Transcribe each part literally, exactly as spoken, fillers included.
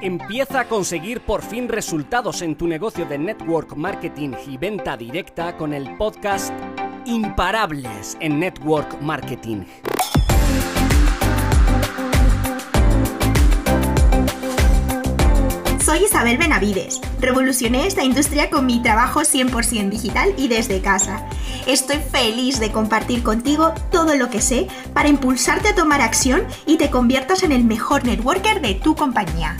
Empieza a conseguir por fin resultados en tu negocio de network marketing y venta directa con el podcast Imparables en Network Marketing. Soy Isabel Benavides. Revolucioné esta industria con mi trabajo cien por ciento digital y desde casa. Estoy feliz de compartir contigo todo lo que sé para impulsarte a tomar acción y te conviertas en el mejor networker de tu compañía.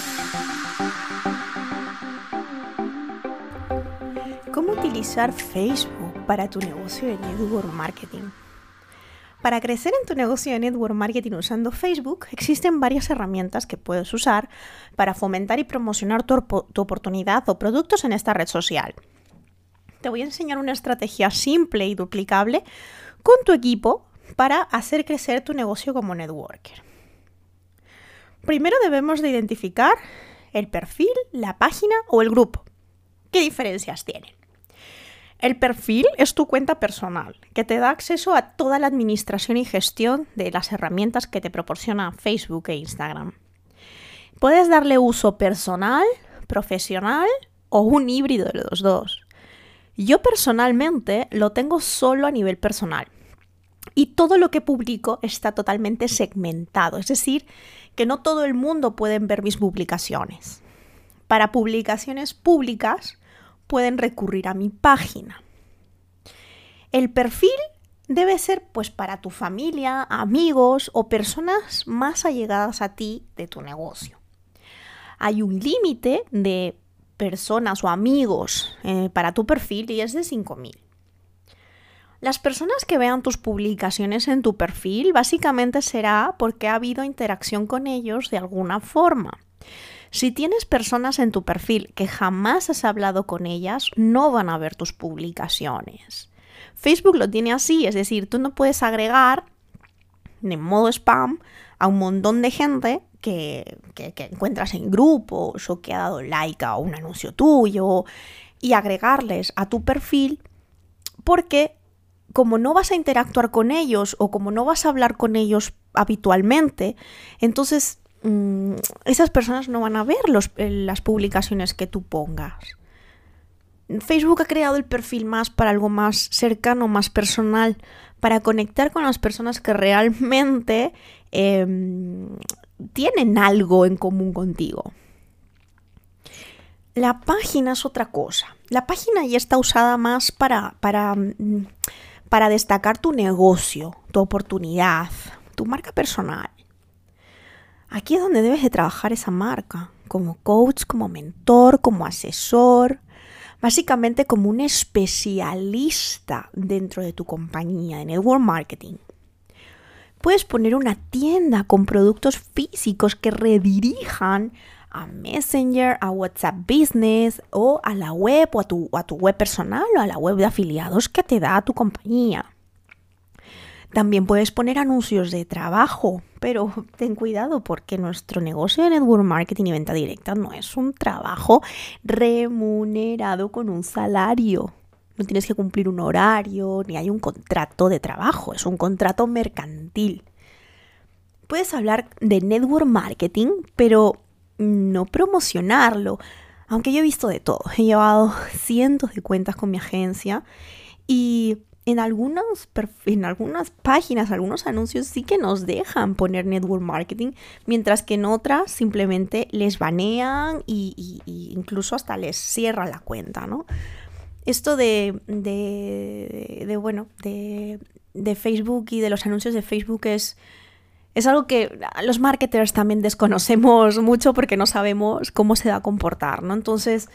¿Cómo utilizar Facebook para tu negocio de network marketing? Para crecer en tu negocio de network marketing usando Facebook, existen varias herramientas que puedes usar para fomentar y promocionar tu, tu oportunidad o productos en esta red social. Te voy a enseñar una estrategia simple y duplicable con tu equipo para hacer crecer tu negocio como networker. Primero debemos de identificar el perfil, la página o el grupo. ¿Qué diferencias tienen? El perfil es tu cuenta personal, que te da acceso a toda la administración y gestión de las herramientas que te proporciona Facebook e Instagram. Puedes darle uso personal, profesional o un híbrido de los dos. Yo personalmente lo tengo solo a nivel personal y todo lo que publico está totalmente segmentado, es decir, que no todo el mundo puede ver mis publicaciones. Para publicaciones públicas pueden recurrir a mi página. El perfil debe ser pues para tu familia, amigos o personas más allegadas a ti de tu negocio. Hay un límite de personas o amigos eh, para tu perfil y es de cinco mil. Las personas que vean tus publicaciones en tu perfil básicamente será porque ha habido interacción con ellos de alguna forma. Si tienes personas en tu perfil que jamás has hablado con ellas, no van a ver tus publicaciones. Facebook lo tiene así, es decir, tú no puedes agregar en modo spam a un montón de gente que, que, que encuentras en grupos o que ha dado like a un anuncio tuyo y agregarles a tu perfil porque como no vas a interactuar con ellos o como no vas a hablar con ellos habitualmente, entonces esas personas no van a ver los, las publicaciones que tú pongas. Facebook ha creado el perfil más para algo más cercano, más personal, para conectar con las personas que realmente eh, tienen algo en común contigo. La página es otra cosa. La página ya está usada más para, para, para destacar tu negocio, tu oportunidad, tu marca personal. Aquí es donde debes de trabajar esa marca, como coach, como mentor, como asesor, básicamente como un especialista dentro de tu compañía de network marketing. Puedes poner una tienda con productos físicos que redirijan a Messenger, a WhatsApp Business o a la web o a tu, a tu web personal o a la web de afiliados que te da tu compañía. También puedes poner anuncios de trabajo, pero ten cuidado porque nuestro negocio de network marketing y venta directa no es un trabajo remunerado con un salario. No tienes que cumplir un horario ni hay un contrato de trabajo, es un contrato mercantil. Puedes hablar de network marketing, pero no promocionarlo, aunque yo he visto de todo. He llevado cientos de cuentas con mi agencia y En algunas, en algunas páginas, algunos anuncios sí que nos dejan poner network marketing, mientras que en otras simplemente les banean y, y, y incluso hasta les cierran la cuenta, ¿no? Esto de, de, de bueno, de, de Facebook y de los anuncios de Facebook es, es algo que los marketers también desconocemos mucho porque no sabemos cómo se va a comportar, ¿no? Entonces,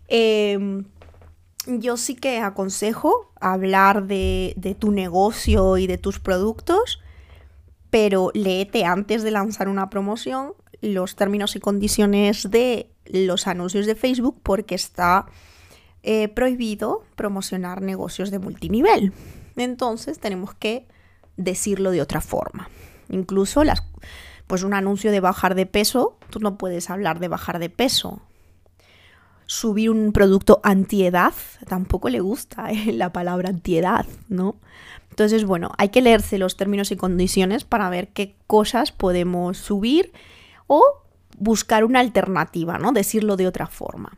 eh, yo sí que aconsejo hablar de, de tu negocio y de tus productos, pero léete antes de lanzar una promoción los términos y condiciones de los anuncios de Facebook porque está eh, prohibido promocionar negocios de multinivel. Entonces tenemos que decirlo de otra forma. Incluso las, pues un anuncio de bajar de peso, tú no puedes hablar de bajar de peso. Subir un producto antiedad, tampoco le gusta eh, la palabra antiedad, ¿no? Entonces, bueno, hay que leerse los términos y condiciones para ver qué cosas podemos subir o buscar una alternativa, ¿no? Decirlo de otra forma.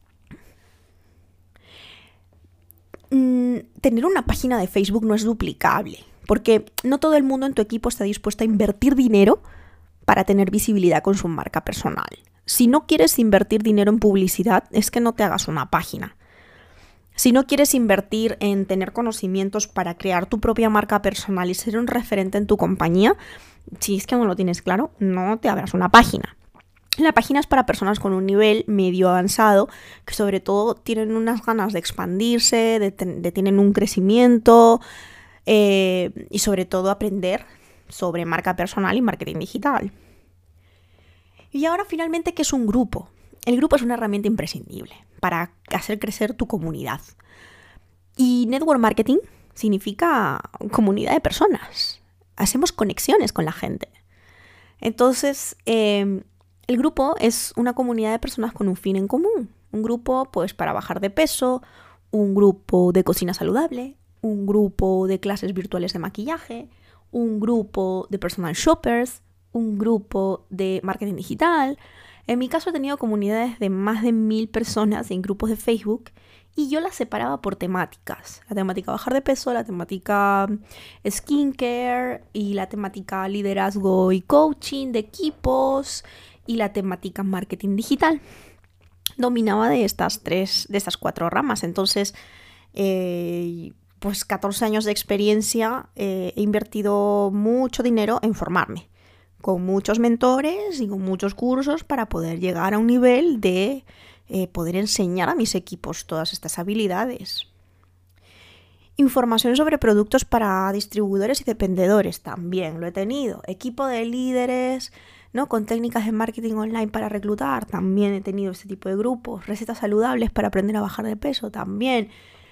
Mm, tener una página de Facebook no es duplicable, porque no todo el mundo en tu equipo está dispuesto a invertir dinero para tener visibilidad con su marca personal. Si no quieres invertir dinero en publicidad, es que no te hagas una página. Si no quieres invertir en tener conocimientos para crear tu propia marca personal y ser un referente en tu compañía, si es que no lo tienes claro, no te abras una página. La página es para personas con un nivel medio avanzado que sobre todo tienen unas ganas de expandirse, de, ten- de tienen un crecimiento eh, y sobre todo aprender sobre marca personal y marketing digital. Y ahora finalmente, ¿qué es un grupo? El grupo es una herramienta imprescindible para hacer crecer tu comunidad. Y network marketing significa comunidad de personas. Hacemos conexiones con la gente. Entonces, eh, el grupo es una comunidad de personas con un fin en común. Un grupo, pues, para bajar de peso, un grupo de cocina saludable, un grupo de clases virtuales de maquillaje, un grupo de personal shoppers, un grupo de marketing digital. En mi caso he tenido comunidades de más de mil personas en grupos de Facebook y yo las separaba por temáticas. La temática bajar de peso, la temática skincare y la temática liderazgo y coaching de equipos y la temática marketing digital. Dominaba de estas tres, de estas cuatro ramas. Entonces, eh, pues catorce años de experiencia, eh, he invertido mucho dinero en formarme, con muchos mentores y con muchos cursos para poder llegar a un nivel de eh, poder enseñar a mis equipos todas estas habilidades. Información sobre productos para distribuidores y dependedores también lo he tenido. Equipo de líderes, ¿no? Con técnicas de marketing online para reclutar, también he tenido este tipo de grupos. Recetas saludables para aprender a bajar de peso, también.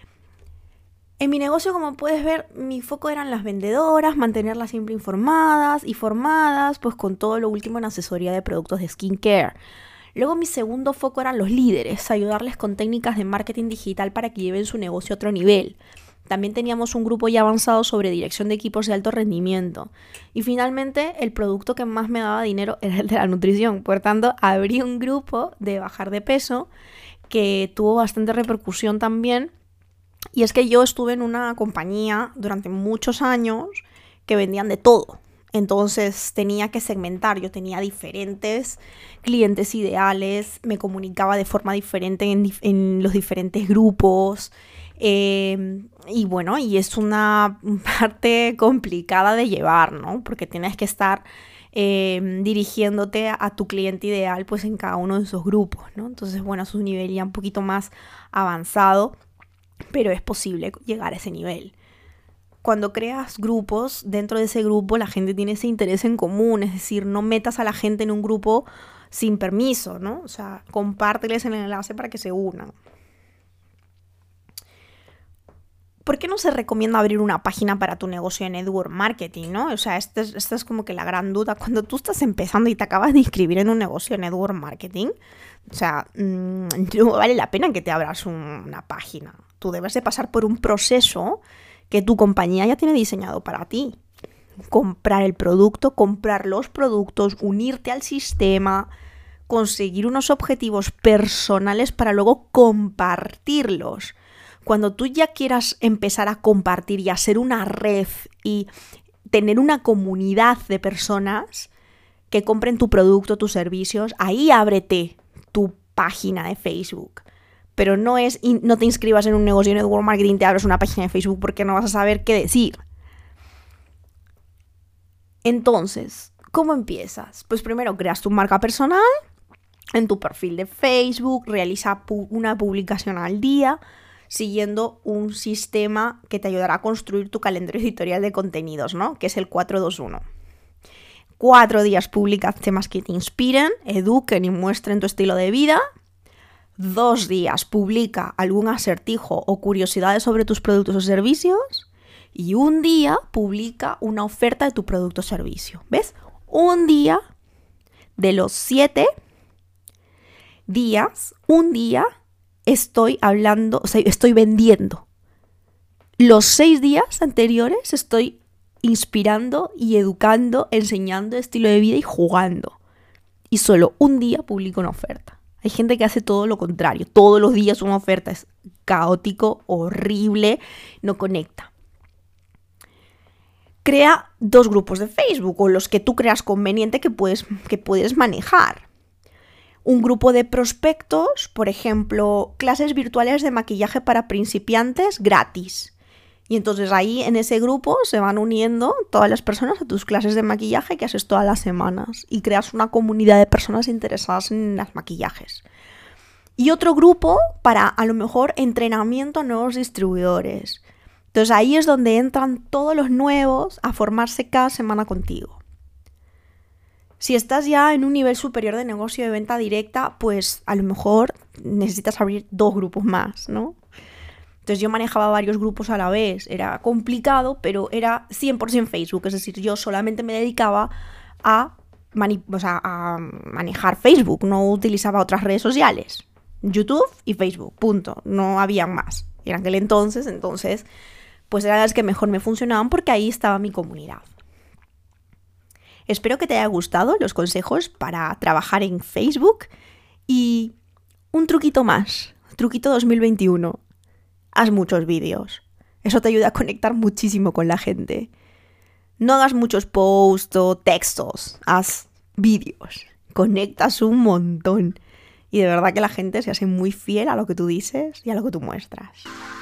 En mi negocio, como puedes ver, mi foco eran las vendedoras, mantenerlas siempre informadas y formadas, pues con todo lo último en asesoría de productos de skincare. Luego mi segundo foco eran los líderes, ayudarles con técnicas de marketing digital para que lleven su negocio a otro nivel. También teníamos un grupo ya avanzado sobre dirección de equipos de alto rendimiento. Y finalmente, el producto que más me daba dinero era el de la nutrición. Por tanto, abrí un grupo de bajar de peso que tuvo bastante repercusión también. Y es que yo estuve en una compañía durante muchos años que vendían de todo. Entonces tenía que segmentar. Yo tenía diferentes clientes ideales, me comunicaba de forma diferente en, en los diferentes grupos. Eh, y bueno, y es una parte complicada de llevar, ¿no? Porque tienes que estar eh, dirigiéndote a, a tu cliente ideal pues en cada uno de esos grupos, ¿no? Entonces, bueno, es un nivel ya un poquito más avanzado, pero es posible llegar a ese nivel. Cuando creas grupos, dentro de ese grupo la gente tiene ese interés en común, es decir, no metas a la gente en un grupo sin permiso, ¿no? O sea, compárteles el enlace para que se unan. ¿Por qué no se recomienda abrir una página para tu negocio de network marketing, ¿no? O sea, esta es, esta es como que la gran duda. Cuando tú estás empezando y te acabas de inscribir en un negocio de network marketing, o sea, mmm, no vale la pena que te abras un, una página. Tú debes de pasar por un proceso que tu compañía ya tiene diseñado para ti. Comprar el producto, comprar los productos, unirte al sistema, conseguir unos objetivos personales para luego compartirlos. Cuando tú ya quieras empezar a compartir y hacer una red y tener una comunidad de personas que compren tu producto, tus servicios, ahí ábrete tu página de Facebook. Pero no es, no te inscribas en un negocio de network marketing, te abres una página de Facebook porque no vas a saber qué decir. Entonces, ¿cómo empiezas? Pues primero creas tu marca personal en tu perfil de Facebook, realiza pu- una publicación al día, siguiendo un sistema que te ayudará a construir tu calendario editorial de contenidos, ¿no? Que es el cuatro dos uno. Cuatro días publica temas que te inspiren, eduquen y muestren tu estilo de vida. Dos días publica algún acertijo o curiosidades sobre tus productos o servicios. Y un día publica una oferta de tu producto o servicio. ¿Ves? Un día de los siete días, un día estoy hablando, o sea, estoy vendiendo. Los seis días anteriores estoy inspirando y educando, enseñando estilo de vida y jugando. y solo un día publica una oferta. Hay gente que hace todo lo contrario, todos los días una oferta, es caótico, horrible, no conecta. Crea dos grupos de Facebook o los que tú creas conveniente que puedes, que puedes manejar. Un grupo de prospectos, por ejemplo, clases virtuales de maquillaje para principiantes gratis. Y entonces ahí en ese grupo se van uniendo todas las personas a tus clases de maquillaje que haces todas las semanas y creas una comunidad de personas interesadas en los maquillajes. Y otro grupo para a lo mejor entrenamiento a nuevos distribuidores. Entonces ahí es donde entran todos los nuevos a formarse cada semana contigo. Si estás ya en un nivel superior de negocio de venta directa, pues a lo mejor necesitas abrir dos grupos más, ¿no? Entonces yo manejaba varios grupos a la vez, era complicado, pero era cien por ciento Facebook, es decir, yo solamente me dedicaba a, mani- o sea, a manejar Facebook, no utilizaba otras redes sociales, YouTube y Facebook, punto, no había más. Y en aquel entonces, entonces, pues eran las que mejor me funcionaban porque ahí estaba mi comunidad. Espero que te haya gustado los consejos para trabajar en Facebook y un truquito más, truquito dos mil veintiuno. Haz muchos vídeos. Eso te ayuda a conectar muchísimo con la gente. No hagas muchos posts o textos. Haz vídeos. Conectas un montón. Y de verdad que la gente se hace muy fiel a lo que tú dices y a lo que tú muestras.